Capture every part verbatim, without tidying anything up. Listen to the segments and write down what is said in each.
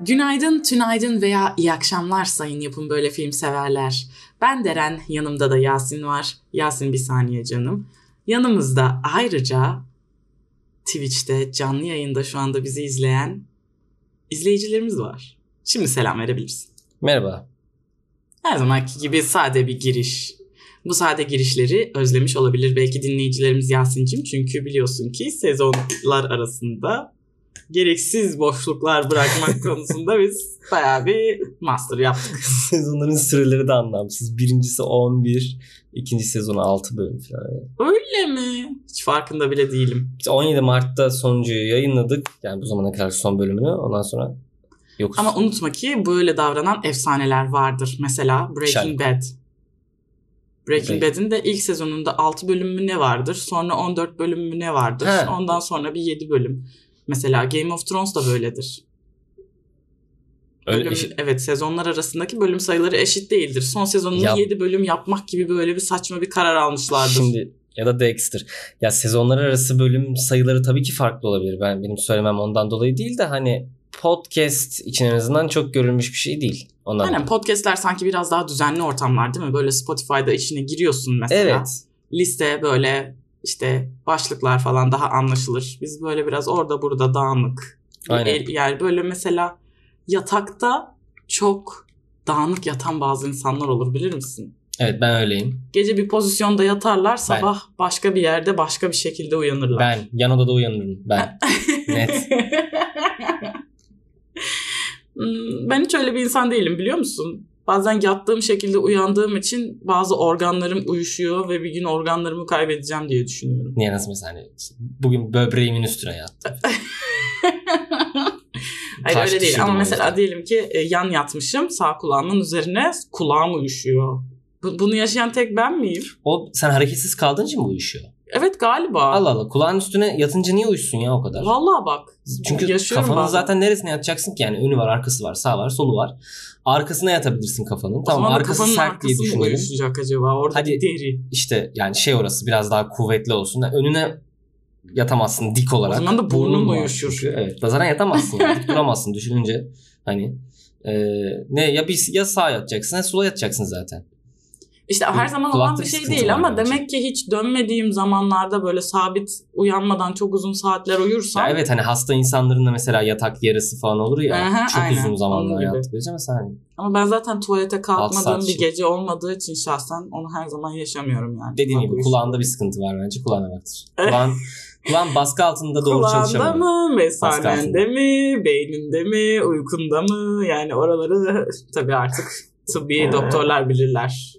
Günaydın, tünaydın veya iyi akşamlar sayın yapım böyle film severler. Ben Deren, yanımda da Yasin var. Yasin bir saniye canım. Yanımızda ayrıca Twitch'te canlı yayında şu anda bizi izleyen izleyicilerimiz var. Şimdi selam verebilirsin. Merhaba. Her zamanki gibi sade bir giriş. Bu sade girişleri özlemiş olabilir belki dinleyicilerimiz Yasin'cim. Çünkü biliyorsun ki sezonlar arasında gereksiz boşluklar bırakmak konusunda biz bayağı bir master yaptık. Sezonların süreleri de anlamsız. Birincisi on bir, ikinci sezonu altı bölüm falan. Öyle mi? Hiç farkında bile değilim. Biz on yedi Mart'ta sonuncuyu yayınladık. Yani bu zamana kadar son bölümünü. Ondan sonra yokuz. Ama unutma ki böyle davranan efsaneler vardır. Mesela Breaking Bad. Breaking Bad'in de ilk sezonunda altı bölüm mü ne vardır? Sonra on dört bölüm mü ne vardır? He. Ondan sonra bir yedi bölüm. Mesela Game of Thrones da böyledir. Öyle bölüm, eşit. Evet, sezonlar arasındaki bölüm sayıları eşit değildir. Son sezonunu Yap. yedi bölüm yapmak gibi böyle bir saçma bir karar almışlardır. Şimdi ya da Dexter. Ya sezonlar arası bölüm sayıları tabii ki farklı olabilir. Ben benim söylemem ondan dolayı değil de hani podcast için en azından çok görülmüş bir şey değil. Ondan Aynen, podcastler sanki biraz daha düzenli ortamlar değil mi? Böyle Spotify'da içine giriyorsun mesela. Evet. Liste böyle işte başlıklar falan daha anlaşılır. Biz böyle biraz orada burada dağınık. Aynen. Yani böyle mesela yatakta çok dağınık yatan bazı insanlar olur, bilir misin? Evet, ben öyleyim. Gece bir pozisyonda yatarlar, sabah ben. başka bir yerde başka bir şekilde uyanırlar. Ben yan odada uyanırım ben. Net. Ben hiç öyle bir insan değilim, biliyor musun? Bazen yattığım şekilde uyandığım için bazı organlarım uyuşuyor ve bir gün organlarımı kaybedeceğim diye düşünüyorum. Niye, nasıl mesela? Hani bugün böbreğimin üstüne yattım. Hayır, öyle değil ama mesela yüzden. Diyelim ki yan yatmışım, sağ kulağımın üzerine kulağım uyuşuyor. B- bunu yaşayan tek ben miyim? O sen hareketsiz kaldığın için mi uyuşuyor? Evet galiba. Allah Allah, kulağın üstüne yatınca niye uyusun ya o kadar? Vallahi bak. Çünkü kafanın bazen. Zaten neresine yatacaksın ki, yani önü var, arkası var, sağ var, solu var. Arkasına yatabilirsin kafanın. O tamam, arkası kafanın sert diye düşünelim. Uyuşacak acaba orada? Hadi deri. İşte yani şey, orası biraz daha kuvvetli olsun. Yani önüne yatamazsın dik olarak. O zaman da burnun uyuşur. Evet. Zaten yatamazsın yani. Dik duramazsın düşününce. Hani e, ne ya bir ya sağa yatacaksın ya sola yatacaksın zaten. İşte her zaman olan bir şey değil ama bence. Demek ki hiç dönmediğim zamanlarda böyle sabit uyanmadan çok uzun saatler uyursam. Ya evet, hani hasta insanların da mesela yatak yarısı falan olur ya. Aha, çok aynen, uzun zamanlar yattık. Mesela hani. Ama ben zaten tuvalete kalkmadığım bir gece olmadığı için şahsen onu her zaman yaşamıyorum yani. Dediğim gibi kulağında bir sıkıntı var bence, kulağına baktır. Kulağın, kulağın baskı altında doğru çalışamıyor. Kulağında mı, mesanende mi, beyninde mi, uykunda mı, yani oraları tabii artık tıbbi doktorlar bilirler.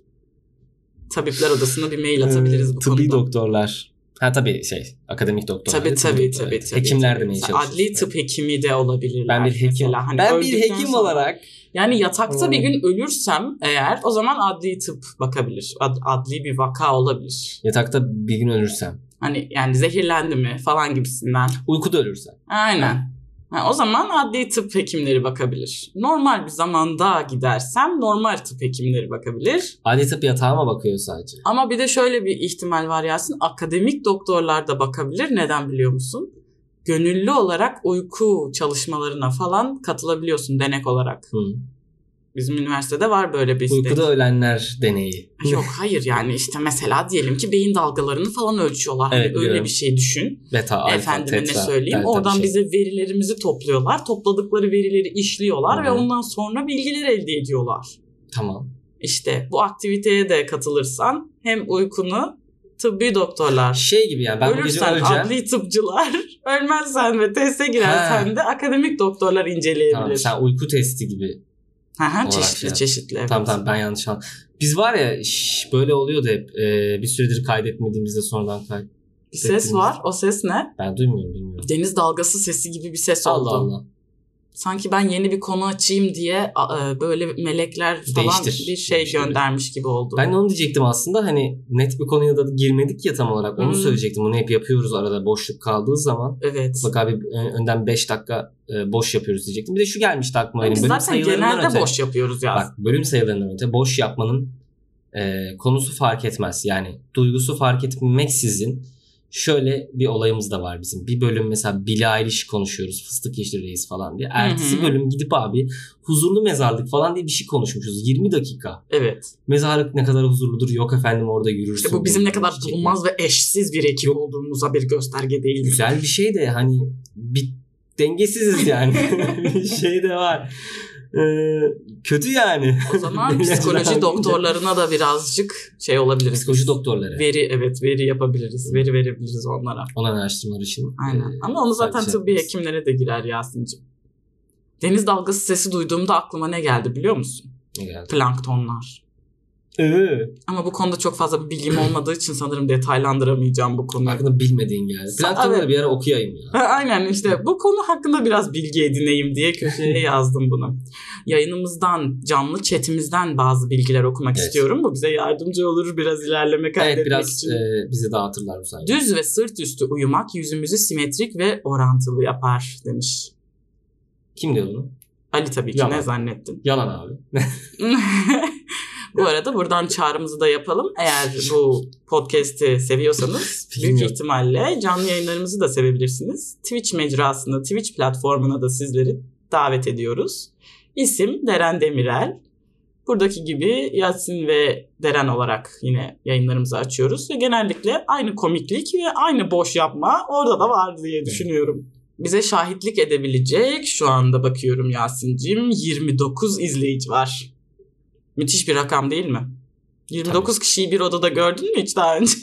Tabipler Odası'na bir mail atabiliriz bu tıbbi konuda. Tıbbi doktorlar. Ha tabii şey, akademik doktorlar. Tabii tabii tabii. tabii Hekimler tabii. de mail çalışıyor. Adli tıp hekimi de olabilirler. Ben bir hekim. Hani ben bir hekim sonra, olarak. Yani yatakta hmm. bir gün ölürsem eğer, o zaman adli tıp bakabilir. Ad, adli bir vaka olabilir. Yatakta bir gün ölürsem. Hani yani zehirlendi mi falan gibisinden. Uykuda ölürsem. Aynen. Ha, o zaman adli tıp hekimleri bakabilir. Normal bir zamanda gidersem normal tıp hekimleri bakabilir. Adli tıp yatağıma bakıyor sadece. Ama bir de şöyle bir ihtimal var Yasin. Akademik doktorlar da bakabilir. Neden biliyor musun? Gönüllü olarak uyku çalışmalarına falan katılabiliyorsun denek olarak. Hı. Bizim üniversitede var böyle bir istek. Uykuda ölenler deneyi. Yok hayır, yani işte mesela diyelim ki beyin dalgalarını falan ölçüyorlar. Evet, hani öyle biliyorum. bir şey düşün. Beta, alfa, Efendime tetra, ne söyleyeyim. delta Oradan şey. bize verilerimizi topluyorlar. Topladıkları verileri işliyorlar. Hı-hı. Ve ondan sonra bilgiler elde ediyorlar. Tamam. İşte bu aktiviteye de katılırsan hem uykunu tıbbi doktorlar. Şey gibi yani, ben bu gece öleceğim. Ölürsen adli tıpçılar, ölmezsen ve teste girersen ha. de akademik doktorlar inceleyebilir. Tamam, sen uyku testi gibi. Aha, çeşitli ya. çeşitli evet. Tamam tamam, ben yanlış anladım. Biz var ya şş, böyle oluyordu hep. Ee, bir süredir kaydetmediğimizde sonradan kaydet. Bir ses var. O ses ne? Ben duymuyorum, bilmiyorum. Deniz dalgası sesi gibi bir ses oldu. Allah Allah. Sanki ben yeni bir konu açayım diye böyle melekler falan Değiştir. bir şey Değiştir. göndermiş gibi oldu. Ben de onu diyecektim aslında, hani net bir konuya da girmedik ya tam olarak. Onu hmm. söyleyecektim. Bunu hep yapıyoruz arada boşluk kaldığı zaman. Evet. Bak abi, önden beş dakika boş yapıyoruz diyecektim. Bir de şu gelmişti aklıma. Biz bölüm zaten genelde öte, boş yapıyoruz ya. Bak, bölüm sayılarından öte boş yapmanın e, konusu fark etmez. Yani duygusu fark etmeksizin şöyle bir olayımız da var bizim. Bir bölüm mesela Billie Eilish konuşuyoruz. Fıstık Yeşili Reis falan diye. Ertesi Hı-hı. bölüm gidip abi huzurlu mezarlık falan diye bir şey konuşmuşuz. yirmi dakika. Evet. Mezarlık ne kadar huzurludur. Yok efendim orada yürürsün. İşte bu bizim ne kadar bulunmaz ve eşsiz bir ekip olduğumuza bir gösterge değil. Güzel bir şey de hani bir dengesiziz yani. şey de var. Ee, kötü yani. O zaman psikoloji doktorlarına da birazcık şey olabiliriz. Psikoloji doktorları. Veri evet veri yapabiliriz. Veri verebiliriz onlara. Onlar araştırmalar için. Aynen. E, Ama onu zaten tıbbi hekimlere de girer Yasin'cim. Deniz dalgası sesi duyduğumda aklıma ne geldi biliyor musun? Ne geldi? Planktonlar. Ee. Ama bu konuda çok fazla bir bilgim olmadığı için sanırım detaylandıramayacağım bu konuyu. Hakkında bilmediğin geldi. Planktonları evet. Bir ara okuyayım ya. Aynen işte bu konu hakkında biraz bilgi edineyim diye köşeye yazdım bunu. Yayınımızdan, canlı chatimizden bazı bilgiler okumak evet. istiyorum. Bu bize yardımcı olur biraz ilerleme kaydetmek evet, biraz, için. Evet biraz e, bizi dağıtırlar bu sayede. Düz ve sırt üstü uyumak yüzümüzü simetrik ve orantılı yapar demiş. Kim diyor bunu? Ali tabii ki. Yalan. Ne zannettin? Yalan abi. Bu arada buradan çağrımızı da yapalım. Eğer bu podcast'i seviyorsanız büyük ihtimalle canlı yayınlarımızı da sevebilirsiniz. Twitch mecrasında, Twitch platformuna da sizleri davet ediyoruz. İsim Deren Demirel. Buradaki gibi Yasin ve Deren olarak yine yayınlarımızı açıyoruz. Ve genellikle aynı komiklik ve aynı boş yapma orada da var diye düşünüyorum. Bize şahitlik edebilecek şu anda bakıyorum Yasin'cim yirmi dokuz izleyici var. Müthiş bir rakam değil mi? yirmi dokuz Tabii. Kişiyi bir odada gördün mü hiç daha önce?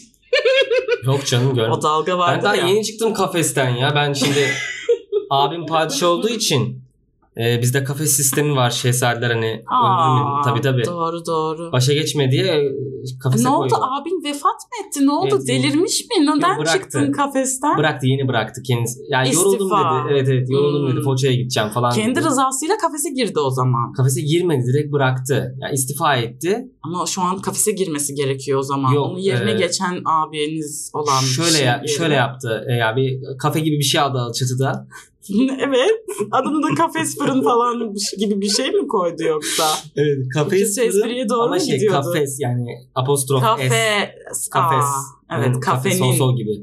Yok canım görmedim. O dalga vardı ya. Ben daha ya. Yeni çıktım kafesten ya. Ben şimdi abim padişah olduğu için e, bizde kafes sistemi var şehzadeler hani. Aa, tabii tabii. Doğru doğru. Başa geçme diye kafese Ne oldu koyuyor. abin vefat mı etti? Ne oldu? Evet, Delirmiş mi? Neden bıraktı. Çıktın kafesten? Bıraktı yeni bıraktı kendisi. Yani İstifa. yoruldum dedi. Evet evet yoruldum hmm. dedi. Foça'ya gideceğim falan Kendi dedi. rızasıyla kafese girdi o zaman. Kafese girmedi direkt bıraktı. Yani istifa etti. Ama şu an kafese girmesi gerekiyor o zaman. Yok, Onun yerine e, geçen abiniz olan şöyle ya, şöyle yaptı. E, ya bir kafe gibi bir şey aldı çatıda. Evet. Adını da kafes fırın falan gibi bir şey mi koydu yoksa? Evet. Kafes fırın. Espriye doğru ama mu şey, gidiyordu? Kafes yani apostrof Kafe. S. Kafes. Aa, evet. Yani, kafenin. Kafe sol gibi.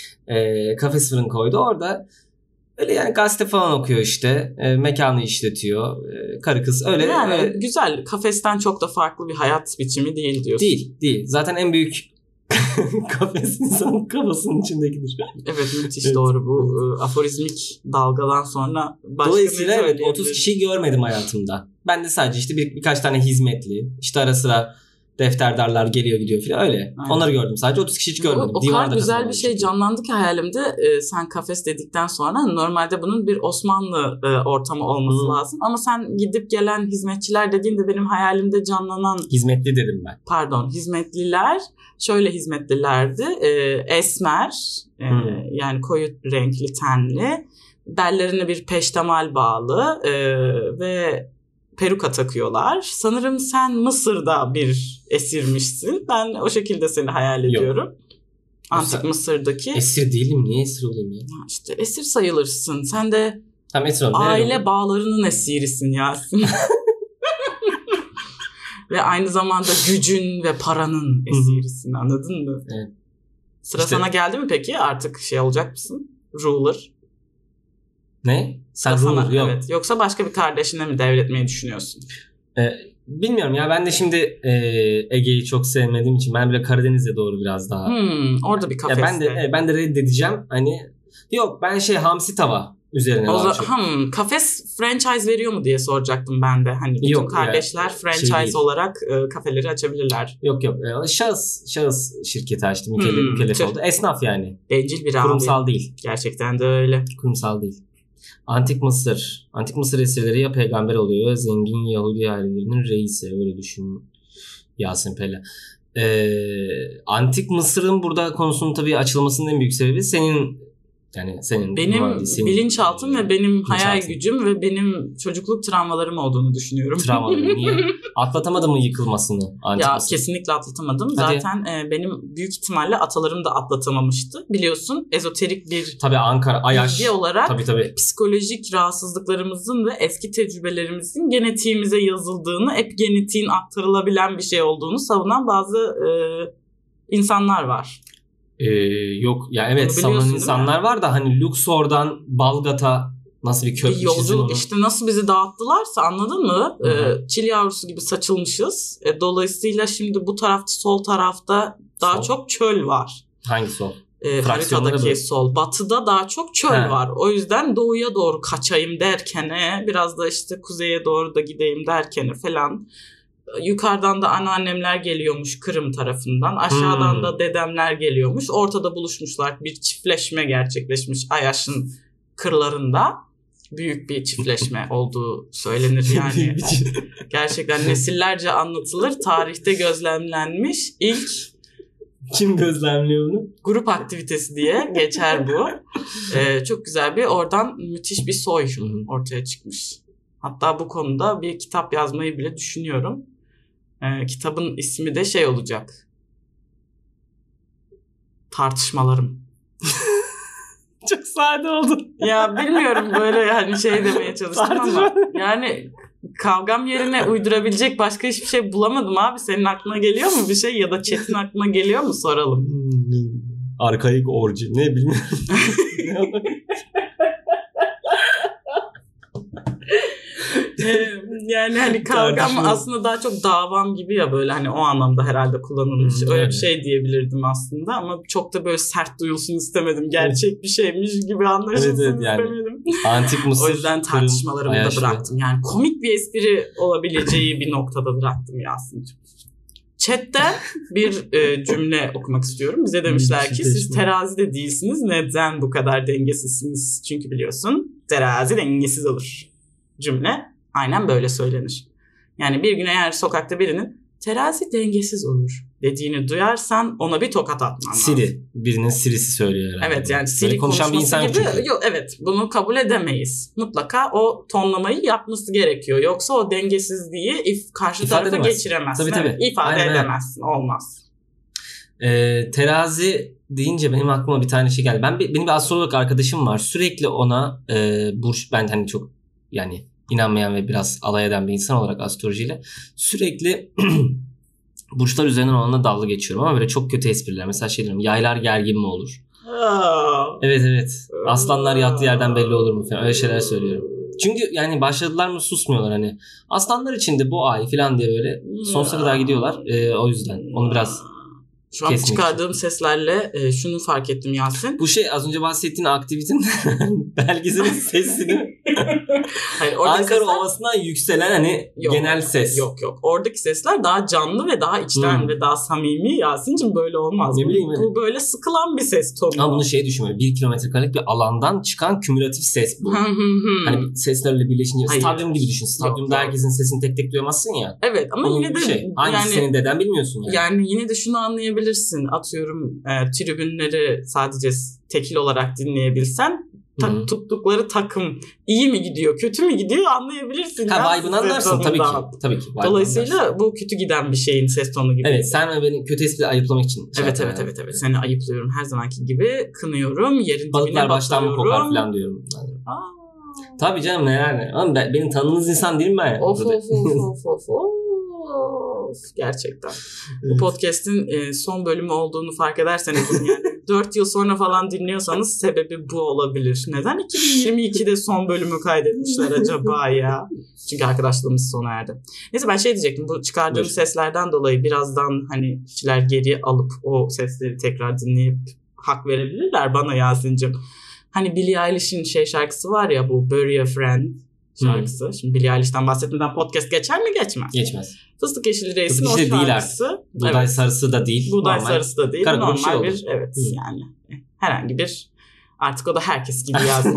E, kafes fırın koydu. Orada öyle yani gazete falan okuyor işte. E, mekanı işletiyor. E, karı kız öyle. Yani öyle. Güzel. Kafesten çok da farklı bir hayat biçimi değil diyorsun. Değil. Değil. Zaten en büyük kafes insanın kafasının içindekidir. Evet müthiş evet. Doğru bu evet. aforizmik dalgadan sonra başka dolayısıyla evet otuz kişiyi görmedim hayatımda. Ben de sadece işte bir, birkaç tane hizmetli işte ara sıra defterdarlar geliyor gidiyor falan öyle. Aynen. Onları gördüm sadece otuz kişi hiç görmedim. O, o kadar güzel bir şey canlandı ki hayalimde e, sen kafes dedikten sonra normalde bunun bir Osmanlı e, ortamı olması hmm. lazım. Ama sen gidip gelen hizmetçiler dediğinde benim hayalimde canlanan... Hizmetli dedim ben. Pardon hizmetliler şöyle hizmetlilerdi. E, esmer e, hmm. yani koyu renkli tenli bellerine bir peştemal bağlı e, ve peruka takıyorlar. Sanırım sen Mısır'da bir esirmişsin. Ben o şekilde seni hayal ediyorum. Yok. Antik Yoksa, Mısır'daki. Esir değilim. Niye esir olayım ya? ya işte esir sayılırsın. Sen de tamam, esir olayım. aile bağlarının esirisin Yasin. Ve aynı zamanda gücün ve paranın esirisin. Anladın mı? Evet. Sıra işte... sana geldi mi peki? Artık şey olacak mısın? Ruler. Ne? Sen sana, yok. Evet. Yoksa başka bir kardeşine mi devretmeyi düşünüyorsun? Ee, bilmiyorum ya ben de şimdi e, Ege'yi çok sevmediğim için ben bile Karadeniz'e doğru biraz daha. Hmm, orada bir kafeste. Ben de e, ben de reddedeceğim. Hani yok ben şey hamsi tava üzerine o daha çok. Hmm, kafes franchise veriyor mu diye soracaktım ben de. Hani bütün yok, kardeşler ya, franchise şey olarak e, kafeleri açabilirler. Yok yok. E, şahıs şahıs şirketi açtı. Mükellef, hmm, mükellef oldu. Esnaf yani. Bencil bir abi. Kurumsal değil. Gerçekten de öyle. Kurumsal değil. Antik Mısır. Antik Mısır esirleri ya peygamber oluyor ya zengin Yahudi ailelerinin reisi. Öyle düşün Yasin Pella. Ee, Antik Mısır'ın burada konusunun tabii açılmasının en büyük sebebi senin yani senin benim senin, bilinçaltım ve benim bilinçaltım. Hayal gücüm ve benim çocukluk travmalarım olduğunu düşünüyorum. Travmalarım niye? Atlatamadın mı yıkılmasını? Antik ya Mısır? Kesinlikle atlatamadım. Hadi. Zaten e, benim büyük ihtimalle atalarım da atlatamamıştı. Biliyorsun ezoterik bir tabii Ankara Ayaş bilgi olarak tabii, tabii. psikolojik rahatsızlıklarımızın ve eski tecrübelerimizin genetiğimize yazıldığını, epigenetiğin aktarılabilen bir şey olduğunu savunan bazı e, insanlar var. Ee, yok ya evet Bunu savunan biliyorsun, insanlar var da hani Luxor'dan Balgat'a nasıl bir Bir köprü çizin yolculuk onu. işte nasıl bizi dağıttılarsa anladın mı? Hı hı. Ee, çil yavrusu gibi saçılmışız. E, dolayısıyla şimdi bu tarafta sol tarafta daha Sol. çok çöl var. Hangi sol? E, Fraksiyonları haritadaki böyle. sol. Batıda daha çok çöl He. var. O yüzden doğuya doğru kaçayım derken biraz da işte kuzeye doğru da gideyim derken falan. Yukarıdan da anneannemler geliyormuş Kırım tarafından. Aşağıdan Hmm. da dedemler geliyormuş. Ortada buluşmuşlar. Bir çiftleşme gerçekleşmiş Ayaş'ın kırlarında. Büyük bir çiftleşme olduğu söylenir yani. Gerçekten nesillerce anlatılır. Tarihte gözlemlenmiş ilk Kim gözlemliyor bunu? grup aktivitesi diye geçer bu. Ee, çok güzel bir oradan müthiş bir soy ortaya çıkmış. Hatta bu konuda bir kitap yazmayı bile düşünüyorum. Ee, kitabın ismi de şey olacak. Tartışmalarım. Çok sade oldu. Ya bilmiyorum böyle hani şey demeye çalıştım ama yani kavgam yerine uydurabilecek başka hiçbir şey bulamadım abi. Senin aklına geliyor mu bir şey ya da chat'in aklına geliyor mu soralım. Arkaik orji ne bilmiyorum. Yani hani kavgam Tartışma. aslında daha çok davam gibi ya böyle hani o anlamda herhalde kullanılmış. Hmm, Öyle evet. bir şey diyebilirdim aslında ama çok da böyle sert duyulsun istemedim. Gerçek bir şeymiş gibi anlaşılsın Evet, evet, yani. istemedim. Antik Mısır. O yüzden tartışmalarımı da bıraktım. Yani komik bir espri olabileceği bir noktada bıraktım Yasin'cim. Chat'ten bir e, cümle okumak istiyorum. Bize demişler ki siz terazide değilsiniz. Neden bu kadar dengesizsiniz? Çünkü biliyorsun terazi dengesiz olur. Cümle aynen böyle söylenir. Yani bir gün eğer sokakta birinin terazi dengesiz olur dediğini duyarsan ona bir tokat atman lazım. Siri. Birinin Siri'si söylüyor herhalde. Evet yani Siri böyle konuşan bir insan konuşması gibi. çünkü. Yok, evet bunu kabul edemeyiz. Mutlaka o tonlamayı yapması gerekiyor. Yoksa o dengesizliği if, karşı İfade tarafa edemezsin. geçiremezsin. Tabii, tabii. Evet, ifade Aynen, edemezsin. Olmaz. Ee, terazi deyince benim aklıma bir tane şey geldi. Ben benim bir astrolog arkadaşım var. Sürekli ona e, burç ben hani çok yani inanmayan ve biraz alay eden bir insan olarak astrolojiyle sürekli burçlar üzerinden onunla dalga geçiyorum ama böyle çok kötü espriler. Mesela şey diyorum, yaylar gergin mi olur? Aa. Evet evet. Aslanlar yattığı yerden belli olur mu falan. Öyle şeyler söylüyorum. Çünkü yani başladılar mı susmuyorlar hani. Aslanlar için de bu ay falan diye böyle sonsuza kadar gidiyorlar. Ee, o yüzden onu biraz Şu an çıkardığım seslerle e, şunu fark ettim Yasin. Bu şey az önce bahsettiğin aktivitenin belgeselin sesini Hayır, Ankara sesler... Ovası'ndan yükselen hani yok, genel ses. Yok yok. Oradaki sesler daha canlı ve daha içten hmm. ve daha samimi. Yasin'cim böyle olmaz. Ne bu, bileyim, bu böyle sıkılan bir ses tonu. Ama bunu şey düşünüyorum. Bir kilometre karelik bir alandan çıkan kümülatif ses bu. Hani seslerle birleşince Hayır. stadyum gibi düşün. Stadyumda yok, herkesin yok. sesini tek tek duyamazsın ya. Evet ama onun yine de şey. Hangisi yani, senin deden bilmiyorsun yani. Yani yine de şunu anlayabilirsin. Atıyorum e, tribünleri sadece tekil olarak dinleyebilsen ta- tuttukları takım iyi mi gidiyor, kötü mü gidiyor anlayabilirsin. Ha vibe'ını anlarsın tabii ki. Tabii ki. Dolayısıyla anlarsın. Bu kötü giden bir şeyin ses tonu gibi. Evet, sen beni kötü espri ayıplamak için. Evet evet evet evet. Seni ayıplıyorum her zamanki gibi. Kınıyorum. Yerin balıklar baştan mı kokar falan diyorum. Aa. Tabii canım neler ne. Ama ben, benim tanıdığınız insan değilim ben. Of of of of of of. Gerçekten. Evet. Bu podcast'in e, son bölümü olduğunu fark ederseniz yani dört yıl sonra falan dinliyorsanız sebebi bu olabilir. Neden iki bin yirmi ikide son bölümü kaydetmişler acaba ya? Çünkü arkadaşlığımız sona erdi. Neyse ben şey diyecektim. Bu çıkardığım evet. seslerden dolayı birazdan hani kişiler geri alıp o sesleri tekrar dinleyip hak verebilirler bana Yasin'cim. Hani Billie Eilish'in şey şarkısı var ya bu Bury a Friend şarkısı. Hmm. Şimdi Billie Eilish'ten bahsetmeden podcast geçer mi geçmez? Geçmez. Fıstık Yeşili Reis'in o şarkısı. Buğday evet. sarısı da değil. Buğday normal. sarısı da değil. Normal bir, şey bir evet hmm. yani herhangi bir artık o da herkes gibi yazdı.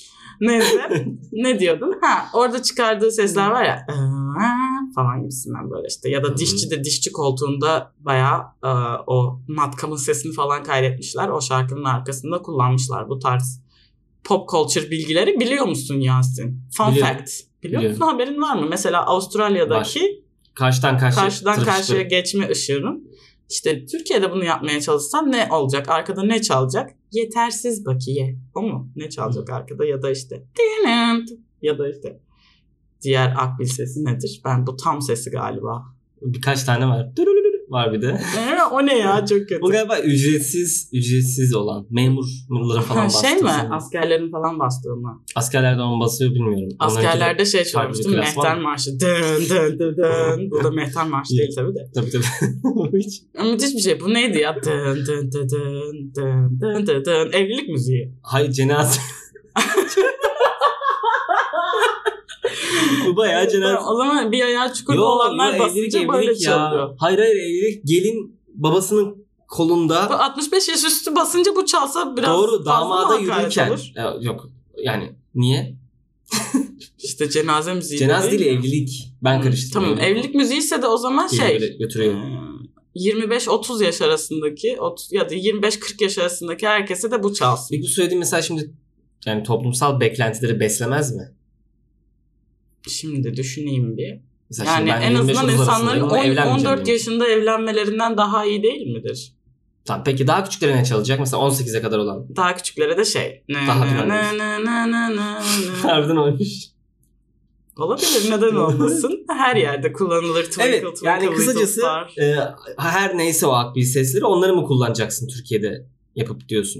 Neyse ne diyordun? Ha orada çıkardığı sesler var ya falan gibisinden böyle işte ya da dişçi de dişçi koltuğunda bayağı o matkamın sesini falan kaydetmişler. O şarkının arkasında kullanmışlar bu tarz pop culture bilgileri biliyor musun Yasin? Fun Biliyorum. fact. Biliyor Biliyorum. musun? Haberin var mı? Mesela Avustralya'daki var. Karşıdan karşıya, karşıdan karşıya geçme ışığının işte Türkiye'de bunu yapmaya çalışsan ne olacak? Arkada ne çalacak? Yetersiz bakiye. O mu? Ne çalacak arkada? Ya da işte ya da işte diğer akbil sesi nedir? Ben bu tam sesi galiba. Birkaç tane var. var bir de. Ee, o ne ya, çok kötü. Bu galiba ücretsiz ücretsiz olan memurların falan bastığı. Şey mi? Askerlerin falan bastığı mı? Askerlerde onu basıyor bilmiyorum. Askerlerde şey çalmıştım. Mehter Marşı. Dın dın dın dın. Bu da Mehter Marşı değil tabii de. Tabii tabii. Hiç. Müthiş bir şey. Bu neydi ya? Dın dın dın dın dın dın dın dın. Evlilik müziği. Hayır, cenaze. Bu bayağı cenaze. O zaman bir ayağı çukurda olanlar yo, basınca evlilik, böyle çalıyor. Hayır hayır evlilik. Gelin babasının kolunda. Bu altmış beş yaş üstü basınca bu çalsa biraz doğru, damada yürürken. Olur. Yok yani niye? İşte cenaze müziği. Cenaze değil, evlilik. Ben karıştırdım. Tamam, evlilik müziği ise de o zaman şey. Götürüyor. yirmi beş otuz yaş arasındaki ya da yirmi beş kırk yaş arasındaki herkese de bu çalsın. Peki bu söylediğim mesela şimdi yani toplumsal beklentileri beslemez mi? Şimdi düşüneyim bir. Mesela yani en azından insanların on, on dört yaşında evlenmelerinden daha iyi değil midir? Tamam, peki daha küçüklere ne çalacak? Mesela on sekize kadar olan. Daha küçüklere de şey. Daha düzenli. Harbiden olmuş. Olabilir, neden olmasın? Her yerde kullanılır. Twinkle, evet twinkle, yani kısacası e, her neyse o akbil sesleri onları mı kullanacaksın Türkiye'de yapıp diyorsun?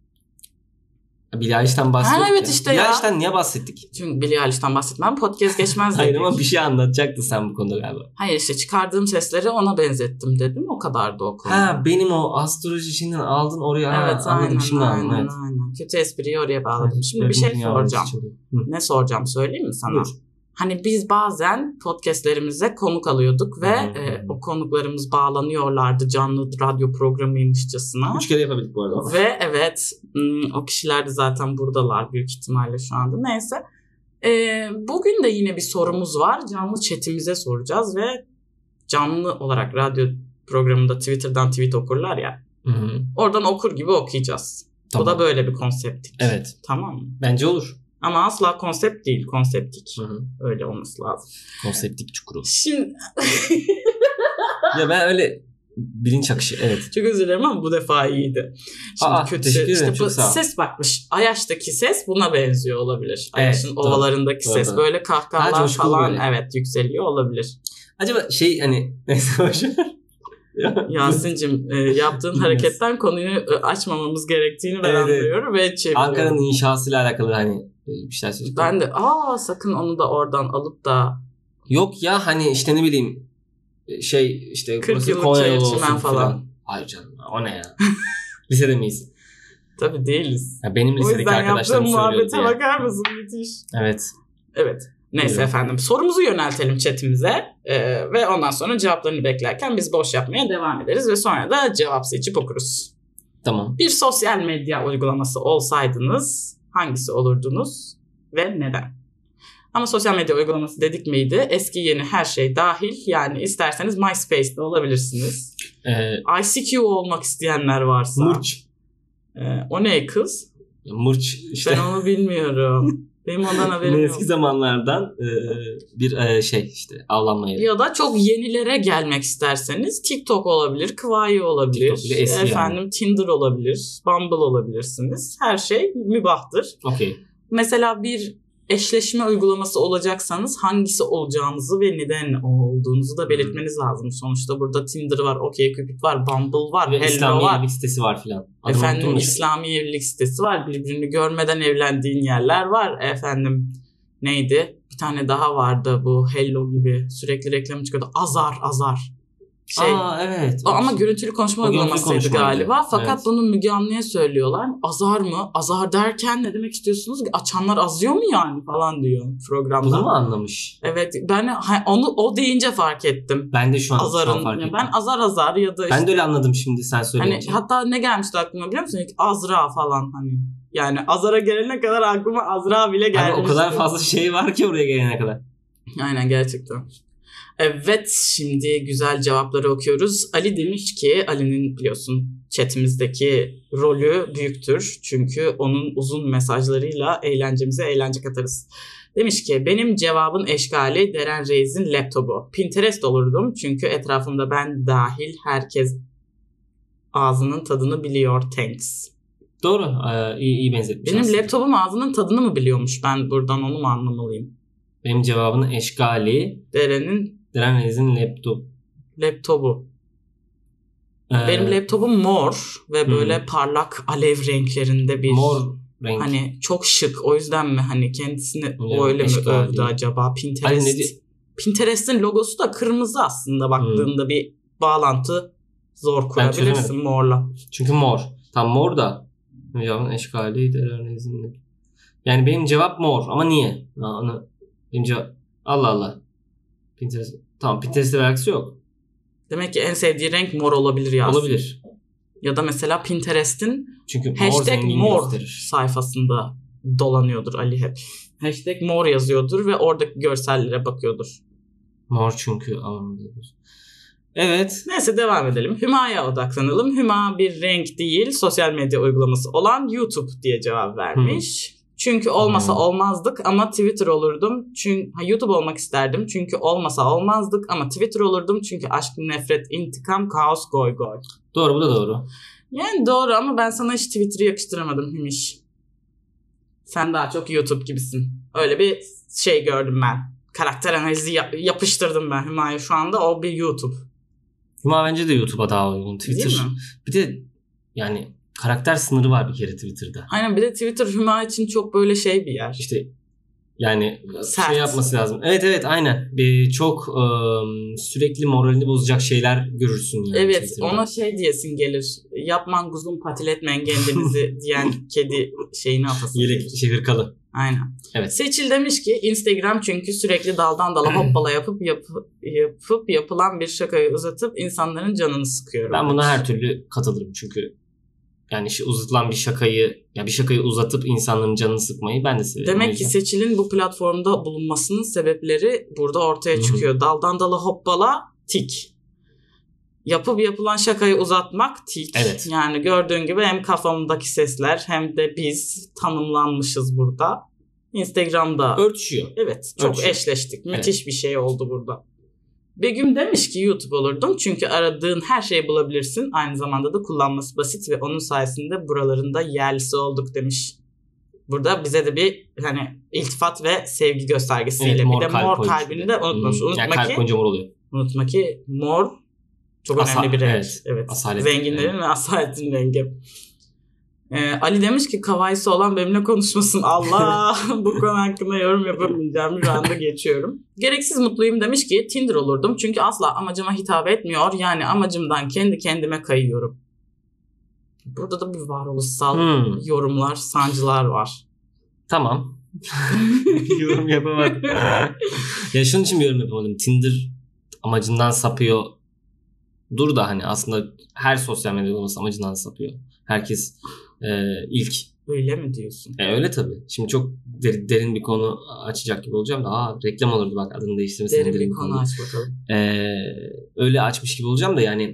Billie Eilish'ten bahsettik. Ha, evet işte Billie ya. Eilish'ten niye bahsettik? Çünkü Billie Eilish'ten bahsetmem podcast geçmez dedik. Hayır ama bir şey anlatacaktın sen bu konuda galiba. Hayır işte çıkardığım sesleri ona benzettim dedim. O kadar da o konu. Ha, benim o astroloji işinden aldın oraya. Evet ha, aynen Şimdi aynen, aynen. aynen. Kötü espriyi oraya bağladım. Şimdi bir şey soracağım. Ne soracağım söyleyeyim mi sana? Evet. Hani biz bazen podcastlerimize konuk alıyorduk ve e, o konuklarımız bağlanıyorlardı canlı radyo programıymışçasına. Üç kere yapabildik bu arada. Ve evet o kişiler de zaten buradalar büyük ihtimalle şu anda. Neyse. E, bugün de yine bir sorumuz var. Canlı chatimize soracağız ve canlı olarak radyo programında Twitter'dan tweet okurlar ya. Hı hı. Oradan okur gibi okuyacağız. Tamam. Bu da böyle bir konseptik. Evet. Tamam mı? Bence olur. Ama asla konsept değil, konseptik. Hı hı. Öyle olması lazım. Konseptik çukuru. Şimdi... ya ben öyle bilinç akışı, evet. Çok özür dilerim ama bu defa iyiydi. Şimdi Aa, kötü teşekkür ederim, işte bu ses bakmış. Ayaş'taki ses buna benziyor olabilir. Ayaş'ın evet, ovalarındaki doğru, ses doğru. Böyle kahkahalar falan böyle. Evet yükseliyor olabilir. Acaba şey hani neyse hoşuma. Yasin'cim e, yaptığın hareketten konuyu açmamamız gerektiğini ben evet, anlıyorum ve çeviriyorum. Ankara'nın inşasıyla alakalı hani bir şeyler söyleyecek. Ben de aa sakın onu da oradan alıp da. Yok ya hani işte ne bileyim şey işte kırk yıllık çay içmen falan. Hayır canım o ne ya. Lisede miyiz? Tabii değiliz. Ya benim lisedeki arkadaşlarım söylüyordu. O yüzden yaptığım muhabbete bakar mısın? Müthiş. Evet. Evet. Neyse evet. Efendim sorumuzu yöneltelim chatimize ee, ve ondan sonra cevaplarını beklerken biz boş yapmaya devam ederiz ve sonra da cevap seçip okuruz. Tamam. Bir sosyal medya uygulaması olsaydınız hangisi olurdunuz ve neden? Ama sosyal medya uygulaması dedik miydi? Eski yeni her şey dahil, yani isterseniz MySpace'de olabilirsiniz. Ee, I C Q olmak isteyenler varsa. Murç. Ee, o ne kız? Murç işte. Ben onu bilmiyorum. Benim ondan haberim yok. Eski zamanlardan e, bir e, şey işte avlanma yeri. Ya da çok yenilere gelmek isterseniz TikTok olabilir, Kawaii olabilir, efendim yani. Tinder olabilir, Bumble olabilirsiniz. Her şey mübahtır. Okay. Mesela bir eşleşme uygulaması olacaksanız hangisi olacağınızı ve neden olduğunuzu da belirtmeniz hmm. lazım. Sonuçta burada Tinder var, OkCupid var, Bumble var, ve Hello İslami var. evlilik sitesi var filan. Efendim İslami evlilik sitesi var. Birbirini görmeden evlendiğin yerler var. Efendim neydi? Bir tane daha vardı bu Hello gibi. Sürekli reklamı çıkıyordu. Azar, Azar. Şey, Aa evet. O, ama görüntülü konuşma uygulamasıydı galiba. Fakat evet. Bunu Müge Anlı'ya söylüyorlar. Azar mı? Azar derken ne demek istiyorsunuz? Açanlar azıyor mu yani falan diyor programda. Bunu mu anlamış? Evet. Ben onu o deyince fark ettim. Ben de şu an, Azarın, şu an fark ettim. Ben azar azar ya da işte. Ben de öyle anladım şimdi sen söyleyince. Hani, hatta ne gelmişti aklıma biliyor musun? Azra falan hani. Yani Azar'a gelene kadar aklıma Azra bile gelmişti. Hani o kadar fazla şey var ki oraya gelene kadar. Aynen gerçekten. Evet, şimdi güzel cevapları okuyoruz. Ali demiş ki, Ali'nin biliyorsun chatimizdeki rolü büyüktür. Çünkü onun uzun mesajlarıyla eğlencemize eğlence katarız. Demiş ki, benim cevabın eşkali Deren Reis'in laptopu. Pinterest olurdum çünkü etrafımda ben dahil herkes ağzının tadını biliyor. Thanks. Doğru, ee, iyi, iyi benzetmiş Benim aslında. laptopum ağzının tadını mı biliyormuş? Ben buradan onu mu anlamalıyım? Benim cevabın eşkali Deren'in Deren Reis'in laptop. Laptopu. Ee, Benim laptopum mor ve böyle hmm. parlak alev renklerinde bir mor renk. Hani çok şık. O yüzden mi hani kendisini Biliyorum, o öyle mi eşkali. övdü acaba? Pinterest. Ay, ne Pinterest'in logosu da kırmızı aslında baktığında hmm. bir bağlantı zor kurabilirsin morla. Çünkü mor. Tam mor da hocamın eşkaliydi. Yani benim cevap mor ama niye? Onu benim cevap Allah Allah. Pinterest. Tamam, Pinterest'le alakası yok. Demek ki en sevdiği renk mor olabilir ya. Olabilir. Ya da mesela Pinterest'in çünkü hashtag mor, mor sayfasında dolanıyordur Ali hep. Hashtag mor yazıyordur ve oradaki görsellere bakıyordur. Mor çünkü anlamındadır. Evet. Neyse devam edelim. Hüma'ya odaklanalım. Hüma bir renk değil, sosyal medya uygulaması olan YouTube diye cevap vermiş. Hmm. Çünkü olmasa hmm. olmazdık ama Twitter olurdum. Çünkü ha, YouTube olmak isterdim. Çünkü olmasa olmazdık ama Twitter olurdum. Çünkü aşk, nefret, intikam, kaos, goy goy. Doğru, bu da doğru. Yani doğru ama ben sana hiç Twitter'ı yakıştıramadım Hümiş. Sen daha çok YouTube gibisin. Öyle bir şey gördüm ben. Karakter analizi yap- yapıştırdım ben Hüma'ya şu anda. O bir YouTube. Hüma bence de YouTube'a daha uygun. Twitter. Bir de yani karakter sınırı var bir kere Twitter'da. Aynen, bir de Twitter Hüma için çok böyle şey bir yer. İşte yani sert. Şey yapması lazım. Evet evet aynen. Bir, çok ıı, sürekli moralini bozacak şeyler görürsün yani. Evet Twitter'da. Ona şey diyesin gelir. Yapman kuzum patiletmeyin kendinizi diyen kedi şeyini atasın. Yelek şey hırkalı. Aynen. Evet. Seçil demiş ki Instagram çünkü sürekli daldan dala hoppala yapıp yap, yapıp yapılan bir şakayı uzatıp insanların canını sıkıyorum. Ben buna her türlü katılırım çünkü yani uzatılan bir şakayı ya bir şakayı uzatıp insanların canını sıkmayı ben de severim. Demek ki Seçil'in bu platformda bulunmasının sebepleri burada ortaya çıkıyor. Daldan dala hoppala tik. Yapıp yapılan şakayı uzatmak tik. Evet. Yani gördüğün gibi hem kafamdaki sesler hem de biz tanımlanmışız burada. Instagram'da örtüşüyor. Evet, çok örtüşüyor. Eşleştik. Müthiş evet. Bir şey oldu burada. Begüm demiş ki YouTube olurdum çünkü aradığın her şeyi bulabilirsin. Aynı zamanda da kullanması basit ve onun sayesinde buralarında yerlisi olduk demiş. Burada bize de bir hani iltifat ve sevgi göstergesiyle evet, bir de mor kalbini de unutmuş. Hmm. Unutma yani kalp koyunca mor oluyor. Unutma ki mor çok Asa- önemli bir renk. Evet. evet. Asalet, Zenginlerin evet. ve asaletin rengi. Ee, Ali demiş ki kavayisi olan benimle konuşmasın. Allah bu konu hakkında yorum yapamayacağım. Şu anda geçiyorum. Gereksiz mutluyum demiş ki Tinder olurdum. Çünkü asla amacıma hitap etmiyor. Yani amacımdan kendi kendime kayıyorum. Burada da bir varoluşsal hmm. yorumlar, sancılar var. Tamam. yorum yapamadım. Ya şunun için bir yorum yapamadım. Tinder amacından sapıyor. Dur da hani aslında her sosyal medya uygulaması amacından sapıyor. Herkes e, ilk. Öyle mi diyorsun? E, öyle tabii. Şimdi çok derin, derin bir konu açacak gibi olacağım da aa reklam olurdu bak adını değiştirme. Derin, derin bir konu, konu aç bakalım. E, öyle açmış gibi olacağım da yani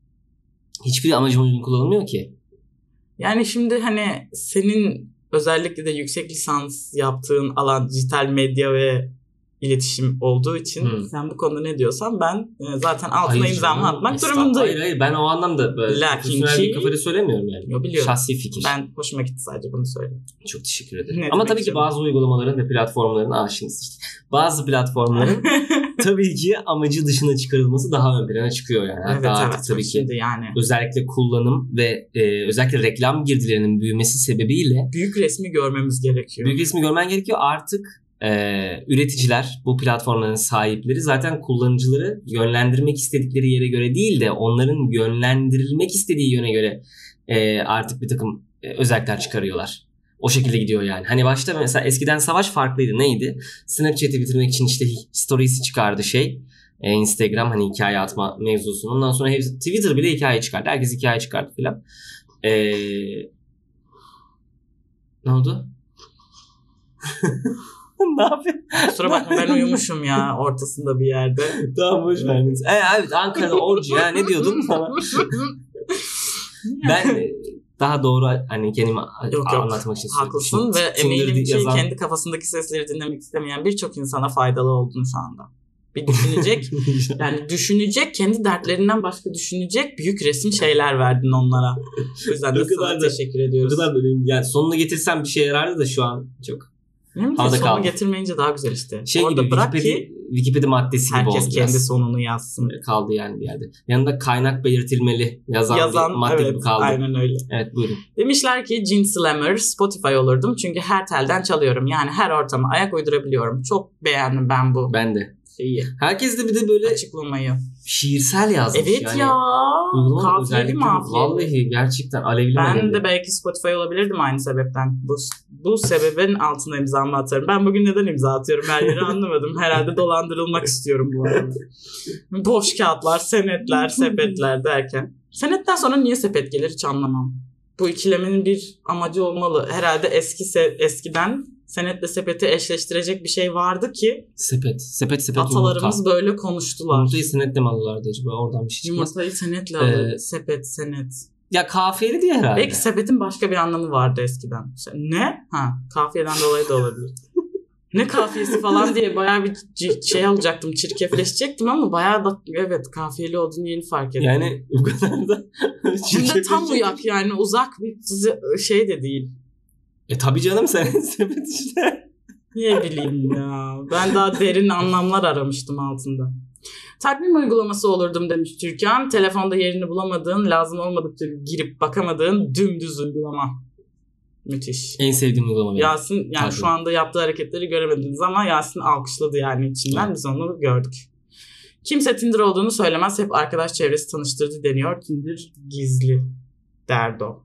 hiçbir amacıma uygun kullanılmıyor ki. Yani şimdi hani senin özellikle de yüksek lisans yaptığın alan dijital medya ve iletişim olduğu için hmm. sen bu konuda ne diyorsan ben zaten altına hayır, imzamı atmak Estağ, durumundayım. Hayır hayır ben o anlamda böyle profesyonel bir kafayla söylemiyorum yani. Yo, biliyorum. Şahsi fikir. Ben hoşuma gitti sadece bunu söyleyeyim. Çok teşekkür ederim. Ne Ama tabii ki bazı uygulamaların ve platformların aşinası işte. Bazı platformların tabii ki amacı dışına çıkarılması daha ön plana çıkıyor yani. Evet, Hatta evet, artık tabii ki yani. özellikle kullanım ve e, özellikle reklam girdilerinin büyümesi sebebiyle büyük resmi görmemiz gerekiyor. Büyük resmi görmen gerekiyor. Artık Ee, üreticiler, bu platformların sahipleri zaten kullanıcıları yönlendirmek istedikleri yere göre değil de onların yönlendirilmek istediği yöne göre e, artık bir takım e, özellikler çıkarıyorlar. O şekilde gidiyor yani. Hani başta mesela eskiden savaş farklıydı. Neydi? Snapchat'i bitirmek için işte stories'i çıkardı şey. E, Instagram hani hikaye atma mevzusunu. Ondan sonra hepsi, Twitter bile hikaye çıkardı. Herkes hikaye çıkardı filan. E, ne oldu? Ne yapıyorsun? Kusura bakma ben uyumuşum ya ortasında bir yerde. Tamam boş ver. Evet, evet Ankara'da orcu ya ne diyordun sana? Ben daha doğru hani kendimi yok, yok. anlatmak için söyledim. Haklısın ve eminim ki yazan... kendi kafasındaki sesleri dinlemek istemeyen birçok insana faydalı oldun şu anda. Bir düşünecek yani düşünecek kendi dertlerinden başka düşünecek büyük resim şeyler verdin onlara. O yüzden de sana teşekkür ediyoruz. O kadar böyle yani sonuna getirsem bir şey yarardı da şu an çok. Ne mi Havada sonunu kaldı. getirmeyince daha güzel işte. Şey Orada gibi bırak Wikipedia, ki Wikipedia maddesi gibi oldu herkes kendi biraz. sonunu yazsın. Kaldı yani bir yerde. Yanında kaynak belirtilmeli yazan, Yazan, bir madde evet, gibi kaldı. aynen öyle. Evet, buyurun. Demişler ki Gene Slammer Spotify olurdum çünkü her telden çalıyorum. Yani her ortama ayak uydurabiliyorum. Çok beğendim ben bu Ben de. şeyi. Herkes de bir de böyle Açıklamayı. şiirsel yazmış. Evet yani, ya. uygulama Kafiyeli özellikle mafiyeli. vallahi gerçekten alevli Ben alevli. de belki Spotify olabilirdim aynı sebepten. Bu, bu sebebin altına imzamı atarım. Ben bugün neden imza atıyorum her yeri anlamadım. Herhalde dolandırılmak istiyorum bu arada. Boş kağıtlar, senetler, sepetler derken. Senetten sonra niye sepet gelir hiç anlamam. Bu ikilemenin bir amacı olmalı. Herhalde eski se- eskiden senetle sepeti eşleştirecek bir şey vardı ki Sepet. Sepet sepet atalarımız yumurta. böyle konuştular. Yumurtayı senetle mi alıyorlardı acaba? Oradan bir şey çıkmaz. Yumurtayı senetle alır. Ee, Sepet, senet. Ya kafiyeli diye herhalde. Belki sepetin başka bir anlamı vardı eskiden. İşte ne? Ha, kafiyeden dolayı da olabilir. Ne kafiyesi falan diye bayağı bir c- şey alacaktım. Çirkefleşecektim ama bayağı da evet kafiyeli olduğunu yeni fark ettim. Yani bu kadar da Hem de tam uyak yani uzak bir şey de değil. E tabii canım sen sepet işte. Ne bileyim ya. Ben daha derin anlamlar aramıştım altında. Takvim uygulaması olurdum demiş Türkan. Telefonda yerini bulamadığın, lazım olmadıkça girip bakamadığın dümdüz uygulama. Müthiş. En sevdiğim uygulama benim. Yasin yani Takvim. şu anda yaptığı hareketleri göremediniz ama Yasin alkışladı yani içinden. Evet. Biz onu gördük. Kimse Tinder olduğunu söylemez. Hep arkadaş çevresi tanıştırdı deniyor. Tinder gizli derdi o.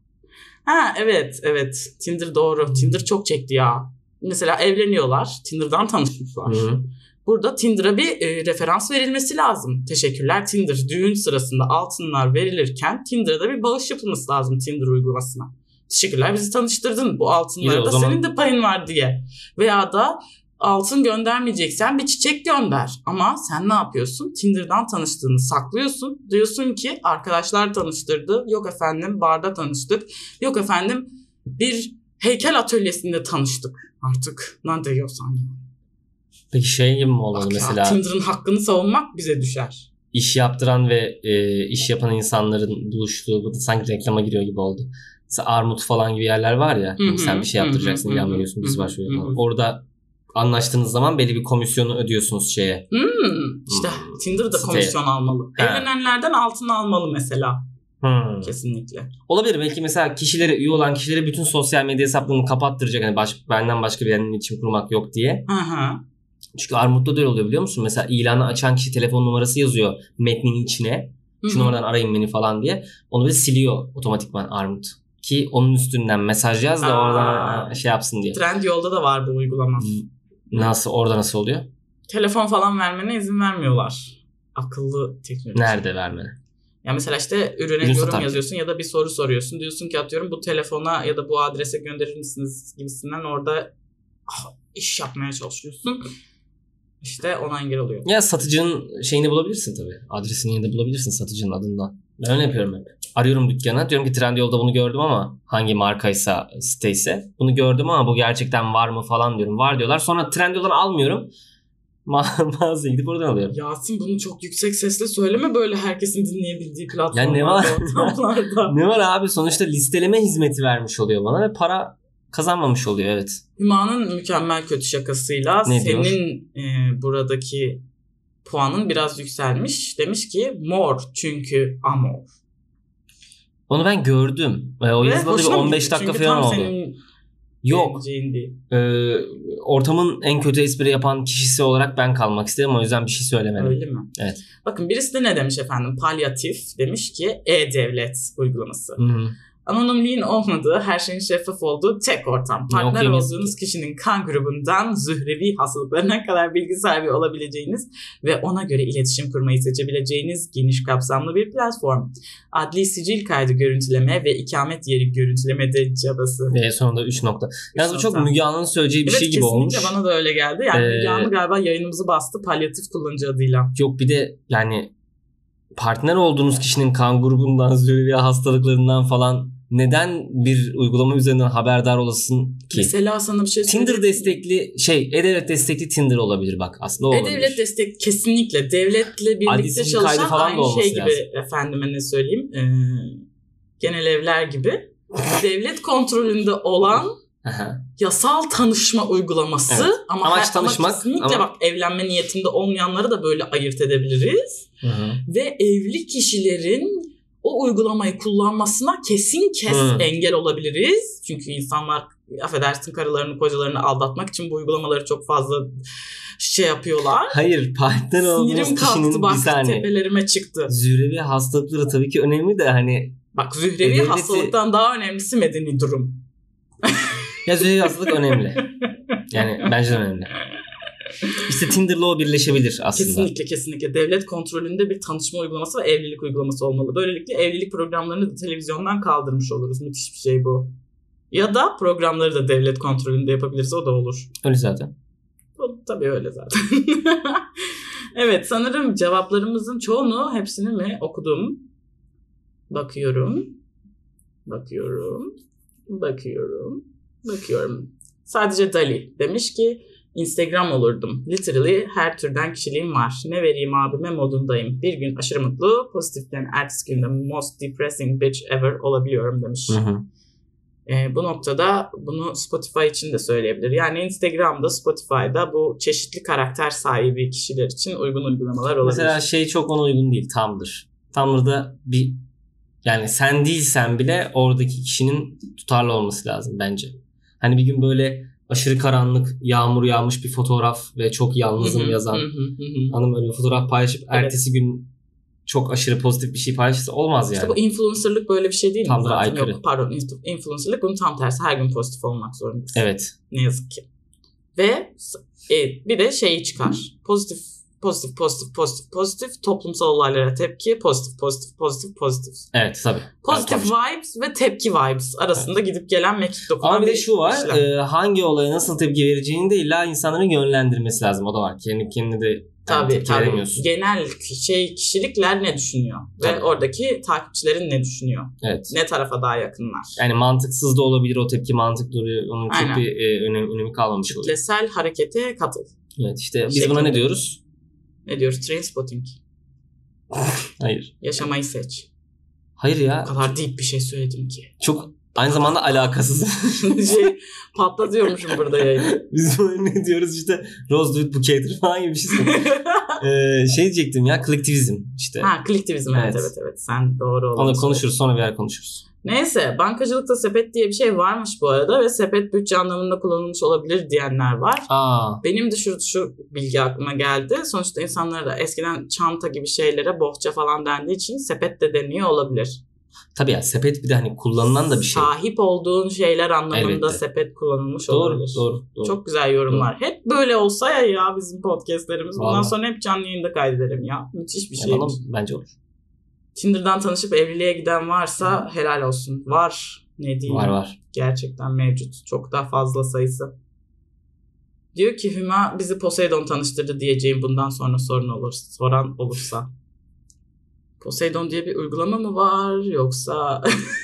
Ha evet evet. Tinder doğru. Tinder çok çekti ya. Mesela evleniyorlar. Tinder'dan tanışmışlar. Hı-hı. Burada Tinder'a bir e, referans verilmesi lazım. Teşekkürler Tinder. Düğün sırasında altınlar verilirken Tinder'a da bir bağış yapılması lazım Tinder uygulamasına. Teşekkürler bizi tanıştırdın. Bu altınlarda zaman... senin de payın var diye. Veya da altın göndermeyeceksen bir çiçek gönder. Ama sen ne yapıyorsun? Tinder'dan tanıştığını saklıyorsun. Diyorsun ki arkadaşlar tanıştırdı. Yok efendim barda tanıştık. Yok efendim bir heykel atölyesinde tanıştık. Artık ne diyorsan. Peki şey gibi mi olmalı Bak mesela? Ya, Tinder'ın hakkını savunmak bize düşer. İş yaptıran ve e, iş yapan insanların buluştuğu, bu da sanki reklama giriyor gibi oldu. Mesela Armut falan gibi yerler var ya. Hı hı, sen bir şey yaptıracaksın, hı hı, ilan veriyorsun, biz hı başlıyoruz. hı. Orada anlaştığınız zaman belli bir komisyonu ödüyorsunuz şeye. Hmm, işte Hmm. Tinder'da Siteye. komisyon almalı. Ha. Evlenenlerden altın almalı mesela. Hmm. Kesinlikle. Olabilir. Belki mesela kişilere, üye olan kişilere bütün sosyal medya hesaplarını kapattıracak. Yani baş, benden başka bir yerinin iletişim kurmak yok diye. Hı hı. Çünkü Armut'ta da öyle oluyor biliyor musun? Mesela ilanı açan kişi telefon numarası yazıyor metnin içine. Şu Hı-hı. numaradan arayın beni falan diye. Onu böyle siliyor otomatikman Armut. Ki onun üstünden mesaj yaz da Aa. oradan şey yapsın diye. Trendyol'da da var bu uygulama. Nasıl? Orada nasıl oluyor? Telefon falan vermene izin vermiyorlar. Akıllı teknoloji. Nerede vermene? Ya mesela işte ürüne Ürün yorum satarken. yazıyorsun ya da bir soru soruyorsun. Diyorsun ki atıyorum bu telefona ya da bu adrese gönderir misiniz gibisinden orada ah, iş yapmaya çalışıyorsun. İşte ona engel oluyor. Ya satıcının şeyini bulabilirsin tabii. Adresini de bulabilirsin satıcının adından. Ben öyle yapıyorum hep. Arıyorum dükkana. Diyorum ki Trendyol'da bunu gördüm ama hangi markaysa siteyse. Bunu gördüm ama bu gerçekten var mı falan diyorum. Var diyorlar. Sonra Trendyol'dan almıyorum. Ma- mağazaya gidip oradan alıyorum. Yasin bunu çok yüksek sesle söyleme böyle herkesin dinleyebildiği platformlarda. Ya ne var? ortamlarda. Ne var abi? Sonuçta listeleme hizmeti vermiş oluyor bana ve para kazanmamış oluyor, evet. Hüma'nın mükemmel kötü şakasıyla Ne diyor? senin e, buradaki puanın biraz yükselmiş. Demiş ki mor çünkü amor. Onu ben gördüm. E, o Ve yazılalı bir hoşuna mı on beş gitti? dakika Çünkü falan tam oldu. senin Yok. beğeneceğin değil. Ee, ortamın en kötü espri yapan kişisi olarak ben kalmak istedim. O yüzden bir şey söylemedim. Öyle mi? Evet. Bakın birisi de ne demiş efendim? Palyatif demiş ki e-devlet uygulaması. Hı-hı. Anonimliğin olmadığı, her şeyin şeffaf olduğu tek ortam. Partner okuyayım. olduğunuz kişinin kan grubundan zührevi hastalıklarına kadar bilgi sahibi olabileceğiniz ve ona göre iletişim kurmayı seçebileceğiniz geniş kapsamlı bir platform. Adli sicil kaydı görüntüleme ve ikamet yeri görüntülemede cabası. Ve sonunda üç nokta. Yalnız bu çok nokta. Müge Anlı'nın söyleyeceği bir Evet, şey gibi olmuş. kesinlikle bana da öyle geldi. Yani Ee, Müge Anlı galiba yayınımızı bastı palyatif kullanıcı adıyla. Yok bir de yani partner olduğunuz kişinin kan grubundan, zührevi hastalıklarından falan neden bir uygulama üzerinden haberdar olasın ki? Mesela sana bir şey söyleyeyim. Tinder destekli şey, e-devlet destekli Tinder olabilir bak. Aslında o olabilir. E-devlet destek kesinlikle. Devletle Adli birlikte sicil kaydı çalışan falan da aynı olması şey gibi lazım. efendime ne söyleyeyim. Ee, genel evler gibi. Devlet kontrolünde olan Aha. Yasal tanışma uygulaması. Evet. Ama, Amaç her, tanışmak, ama kesinlikle ama... bak evlenme niyetinde olmayanları da böyle ayırt edebiliriz. Hı-hı. Ve evli kişilerin o uygulamayı kullanmasına kesin kes Hı. engel olabiliriz. Çünkü insanlar affedersin karılarını kocalarını aldatmak için bu uygulamaları çok fazla şey yapıyorlar. Hayır, partner olduğumuz kişinin bak, bir saniye. Tepelerime çıktı. Zührevi hastalıkları tabii ki önemli de hani. Bak zührevi devleti... hastalıktan daha önemlisi medeni durum. Ya zührevi hastalık önemli. Yani bence önemli. İşte Tinder'la o birleşebilir aslında. Kesinlikle kesinlikle. Devlet kontrolünde bir tanışma uygulaması ve evlilik uygulaması olmalı. Böylelikle evlilik programlarını da televizyondan kaldırmış oluruz. Müthiş bir şey bu. Ya da programları da devlet kontrolünde yapabiliriz. O da olur. Öyle zaten. O, tabii öyle zaten. Evet sanırım cevaplarımızın çoğunu hepsini mi okudum? Bakıyorum. Bakıyorum. Bakıyorum. Bakıyorum. Sadece Dali demiş ki Instagram olurdum. Literally her türden kişiliğim var. Ne vereyim abime modundayım. Bir gün aşırı mutlu, pozitiften ertesi günde most depressing bitch ever olabiliyorum demiş. Hı hı. E, bu noktada bunu Spotify için de söyleyebilir. Yani Instagram'da, Spotify'da bu çeşitli karakter sahibi kişiler için uygun uygulamalar olabilir. Mesela şey çok ona uygun değil. Tumblr. Tumblr'da bir yani sen değilsen bile oradaki kişinin tutarlı olması lazım bence. Hani bir gün böyle aşırı karanlık, yağmur yağmış bir fotoğraf ve çok yalnızım yazan hanım öyle bir fotoğraf paylaşıp evet. ertesi gün çok aşırı pozitif bir şey paylaşırsa olmaz yani. İşte bu influencerlık böyle bir şey değil mi? Tumblr'a aykırı. Yok pardon influencerlık bunun tam tersi. Her gün pozitif olmak zorundasın. Evet. Ne yazık ki. Ve e, bir de şeyi çıkar. Pozitif Pozitif, pozitif, pozitif, pozitif. Toplumsal olaylara tepki. Pozitif, pozitif, pozitif, pozitif. Evet tabii. Pozitif evet, vibes ve tepki vibes arasında evet. gidip gelen mekik dokunan ama bir de şu var. E, hangi olaya nasıl tepki vereceğini de illa insanların yönlendirmesi lazım. O da var. Kendi kendine de tabii, tepki tabii. veremiyorsun. Genel şey kişilikler ne düşünüyor? Tabii. Ve oradaki takipçilerin ne düşünüyor? Evet. Ne tarafa daha yakınlar? Yani mantıksız da olabilir o tepki mantıklı oluyor. Onun çok Aynen. bir e, önem, önemi kalmamış oluyor. Kitlesel harekete katıl. Evet işte biz Şekilde. Buna ne diyoruz? Ne diyoruz? Trainspotting. Hayır. Yaşamayı seç. Hayır ya. O kadar deep bir şey söyledim ki. Çok aynı zamanda alakasız. şey patlatıyormuşum burada yayını. Biz ne diyoruz işte Rose with Bucator falan gibi bir şey ee, şey diyecektim ya kolektivizm işte. Ha kolektivizm evet evet evet. Sen doğru oldun. Onu konuşuruz sonra bir yer konuşuruz. Neyse bankacılıkta sepet diye bir şey varmış bu arada ve sepet bütçe anlamında kullanılmış olabilir diyenler var. Aa. Benim de şu, şu bilgi aklıma geldi. Sonuçta insanlara da eskiden çanta gibi şeylere bohça falan dendiği için sepet de deniyor olabilir. Tabii ya sepet bir de hani kullanılan da bir şey. Sahip olduğun şeyler anlamında Elbette. Sepet kullanılmış doğru, olabilir. Doğru, doğru. Çok güzel yorumlar. Doğru. Hep böyle olsa ya ya bizim podcastlerimiz. Bundan Vallahi. Sonra hep canlı yayında kaydedelim ya. Müthiş bir şey. Yapalım bence olur. Tinder'dan tanışıp evliliğe giden varsa helal olsun. Var. Ne diyeyim? Var var. Gerçekten mevcut. Çok daha fazla sayısı. Diyor ki Hüma bizi Poseidon tanıştırdı diyeceğim bundan sonra sorun olur. Soran olursa. Poseidon diye bir uygulama mı var yoksa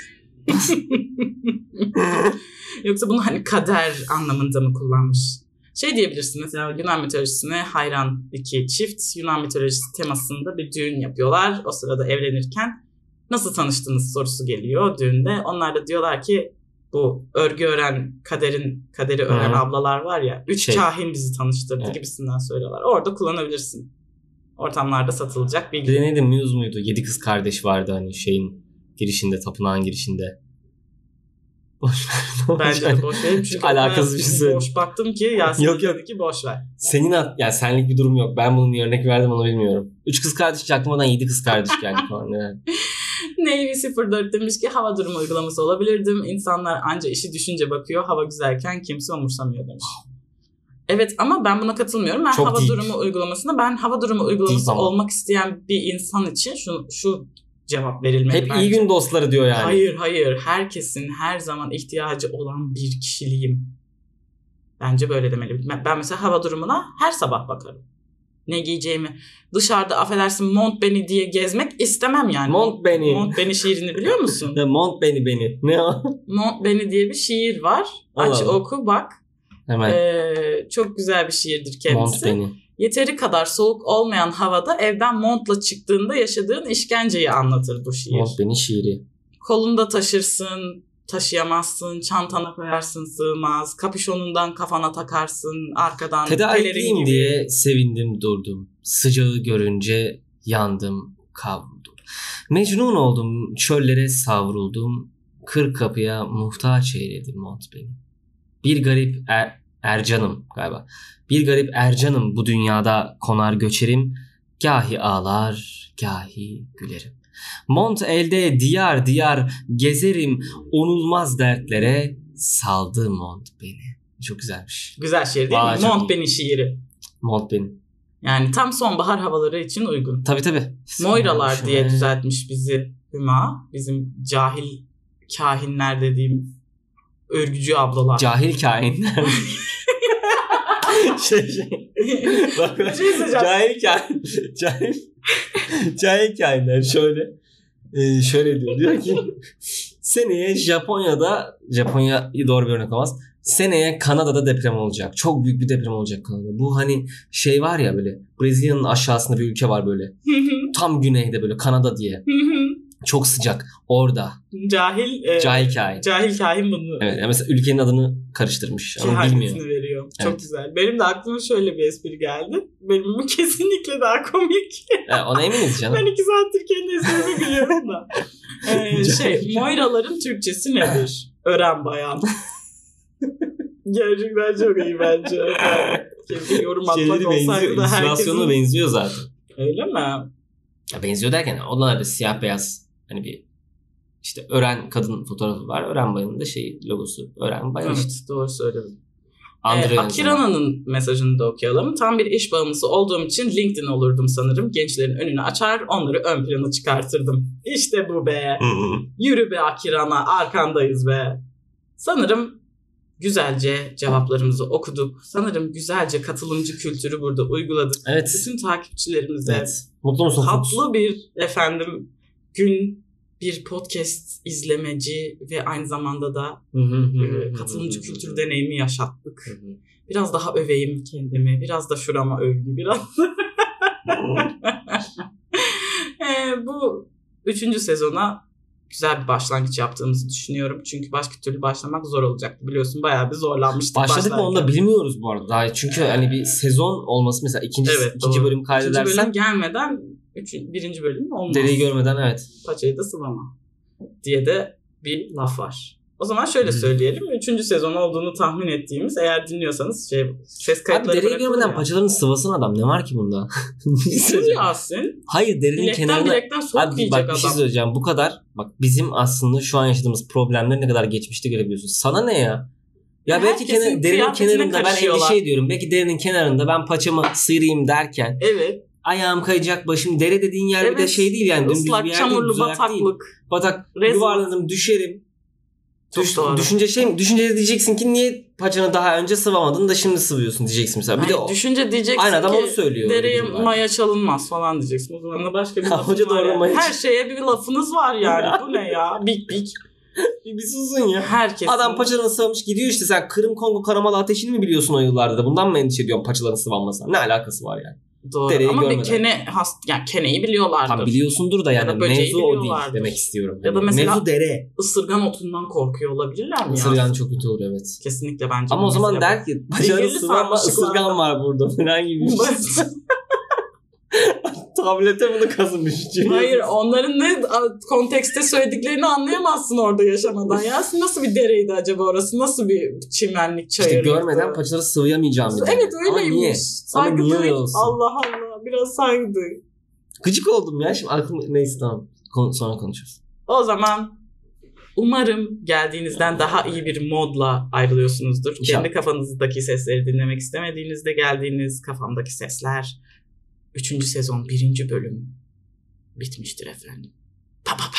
yoksa bunu hani kader anlamında mı kullanmış? Şey diyebilirsin mesela Yunan mitolojisine hayran iki çift Yunan mitolojisi temasında bir düğün yapıyorlar. O sırada evlenirken nasıl tanıştınız sorusu geliyor düğünde. Onlar da diyorlar ki bu örgü ören kaderin kaderi ören Hı-hı. ablalar var ya üç şey. kahin bizi tanıştırdı evet. gibisinden söylüyorlar. Orada kullanabilirsin. Ortamlarda satılacak bilgi. Bir de neydi Muse muydu? Yedi kız kardeş vardı hani şeyin girişinde, tapınağın girişinde. Boş ver. Bence de boş ver. Çünkü alakasız bir şey söyledim. Boş baktım ki Yasin yok, yok. dedi ki boş ver. Senin at, yani senlik bir durum yok. Ben bunun niye örnek verdim onu bilmiyorum. Üç kız kardeş aklımadan yedi kız kardeş geldi falan. Yani. Navy sıfır dört demiş ki hava durumu uygulaması olabilirdim. İnsanlar anca işi düşünce bakıyor. Hava güzelken kimse umursamıyor demiş. Evet ama ben buna katılmıyorum. Ben Çok hava deep. durumu uygulamasında ben hava durumu uygulaması olmak isteyen bir insan için şu şu cevap verilmeli. Hep bence. iyi gün dostları diyor yani. Hayır hayır. Herkesin her zaman ihtiyacı olan bir kişiliğim. Bence böyle demeli. Ben mesela hava durumuna her sabah bakarım. Ne giyeceğimi. Dışarıda affedersin Mont Beni diye gezmek istemem yani. Mont Beni. Mont Beni şiirini biliyor musun? Mont Beni Beni. Ne o? Mont Beni diye bir şiir var. Allah Aç Allah. Oku bak. Hemen. Ee, çok güzel bir şiirdir kendisi. Mont Beni. Yeteri kadar soğuk olmayan havada evden montla çıktığında yaşadığın işkenceyi anlatır bu şiir. Mont Beni şiiri. Kolunda taşırsın, taşıyamazsın, çantana koyarsın sığmaz, kapüşonundan kafana takarsın, arkadan Tedarikliyim pelerin gibi. diye sevindim durdum. Sıcağı görünce yandım kavruldum. Mecnun oldum, çöllere savruldum. Kırk kapıya muhtaç eyledi mont beni. Bir garip er, Ercanım galiba. Bir garip Ercanım bu dünyada konar göçerim. Gahi ağlar, gahi gülerim. Mont elde diyar diyar gezerim. Onulmaz dertlere saldı mont beni. Çok güzelmiş. Güzel şiir değil Aa, mi? çok iyi. Montpen'in şiiri. Mont beni. Yani tam sonbahar havaları için uygun. Tabii tabii. Moiralar diye Evet. düzeltmiş bizi Hüma. Bizim cahil kahinler dediğim örgücü ablalar. Cahil kainler. şey şey. Bak, Bir şey söyleyeceğim. cahil kain. Cahil. Cahil kainler şöyle. E, şöyle diyor. Diyor ki seneye Japonya'da, Japonya'yı doğru bir örnek olmaz. Seneye Kanada'da deprem olacak. Çok büyük bir deprem olacak Kanada'da. Bu hani şey var ya böyle Brezilya'nın aşağısında bir ülke var böyle. Tam güneyde böyle Kanada diye. Çok sıcak. Orada. Cahil e, Cahil kain. cahil kahin bunu Evet. Yani mesela ülkenin adını karıştırmış ama bilmiyor. kehametini veriyor. Çok Evet. güzel. Benim de aklıma şöyle bir espri geldi. Benim bu kesinlikle daha komik. E, ona eminiz canım. Ben iki saattir kendi esprimi biliyorum da. Ee, şey, Moiraların Türkçesi nedir? Ören bayan. Gerçekten çok iyi bence. Yani, kesin yorum atmak Şeyleri olsaydı benziyor. da İllüstrasyonu herkesin... benziyor zaten. Öyle mi? Ya benziyor derken onlar da siyah beyaz hani bir işte ören kadın fotoğrafı var. Ören bayanın da şey logosu. Ören bayan Evet, işte. doğru söyledin. Andrea Ee, Akira. Akirana'nın mesajını da okuyalım. Tam bir iş bağımlısı olduğum için LinkedIn olurdum sanırım. Gençlerin önünü açar, onları ön plana çıkartırdım. İşte bu be. Yürü be Akirana, arkandayız be. Sanırım güzelce cevaplarımızı okuduk. Sanırım güzelce katılımcı kültürü burada uyguladık. Evet. Bütün takipçilerimize Evet. Mutlu musun? Fox? tatlı bir efendim gün bir podcast izlemeci ve aynı zamanda da e, katılımcı kültür deneyimi yaşattık. Biraz daha öveyim kendimi. Biraz da şurama övgü. Biraz e, bu üçüncü sezona güzel bir başlangıç yaptığımızı düşünüyorum. Çünkü başka türlü başlamak zor olacaktı. Biliyorsun bayağı bir zorlanmıştık. Başladık mı onu da başlarken. bilmiyoruz bu arada. Daha çünkü hani bir sezon olması mesela ikinci Evet, ikinci doğru. bölüm kaydedersen İkinci bölüm gelmeden üç, birinci bölüm olmaz. dereyi görmeden evet. Paçayı da sıvama diye de bir laf var. O zaman şöyle Hmm. söyleyelim. Üçüncü sezon olduğunu tahmin ettiğimiz, eğer dinliyorsanız şey ses Abi kayıtları dereyi bırakılır görmeden ya. paçalarını sıvasın adam. Ne var ki bunda? Bir şey Dur söyleyeceğim. Yasin. Hayır derinin Bilekten kenarına... bilekten sok Abi yiyecek bak adam. bir şey söyleyeceğim. Bu kadar bak bizim aslında şu an yaşadığımız problemleri ne kadar geçmişte görebiliyorsun. Sana ne ya? Ya belki Herkesin kenar, derinin kıyafetine kenarında ben karışıyorlar. endişe ediyorum. Belki derinin kenarında ben paçamı sıyırayım derken Evet. ayağım kayacak başım. Dere dediğin yer bir de Evet. şey değil yani. Dümdüz bir Islak, yer çamurlu, değil. Düzelak değil. bataklık. Batak Rezil. yuvarlanırım düşerim. Çok Düş, doğru. düşünce şey mi? Düşünce de diyeceksin ki niye paçanı daha önce sıvamadın da şimdi sıvıyorsun diyeceksin mesela. Bir Hayır, de o. düşünce diyeceksin Aynı adam ki onu söylüyor. dereye öyle bir durum var. maya çalınmaz falan diyeceksin. O zaman da başka bir Ha, lafın hoca da var orada ya. maya Her şeye bir lafınız var yani. Bu ne ya? Bik bik. Bir, bir susun ya. Herkesin. Adam paçalarını sıvamış gidiyor işte, sen Kırım Kongo Karamalı ateşini mi biliyorsun o yıllarda da? Bundan mı endişe ediyorsun paçalarının sıvanmasına? Ne alakası var yani? Doğru. dereyi Ama bir görmeden. kene hast yani keneyi biliyorlardır. Tam biliyorsundur da Ya da yani böceği mevzu o değil biliyorlardır. demek istiyorum. Ya da Yani mesela- mevzu dere. Isırgan otundan korkuyor olabilirler mi ya? Isırgan çok kötü olur evet. Kesinlikle bence. Ama o bu zaman mesele der ki paçalarını Zehirli sıvanma, sarmaşıklardan. ısırgan var burada. Herhangi bir bu. şey. Tablete bunu kazımış. Hayır, onların ne a, kontekste söylediklerini anlayamazsın orada yaşamadan. Ya nasıl bir dereydi acaba orası? Nasıl bir çimenlik, İşte çayırlıktı? görmeden paçaları sıvayamayacağım. dedi. Evet Ama niye? öyleymiş. Saygı Ama niye duy. öyle olsun? Allah Allah. Biraz saygı duy. Gıcık oldum ya. Şimdi aklım neyse tamam. Kon- sonra konuşuruz. O zaman umarım geldiğinizden daha iyi bir modla ayrılıyorsunuzdur. İnşallah. Kendi kafanızdaki sesleri dinlemek istemediğinizde geldiğiniz kafamdaki sesler. Üçüncü sezon birinci bölüm bitmiştir efendim. Pa pa pa.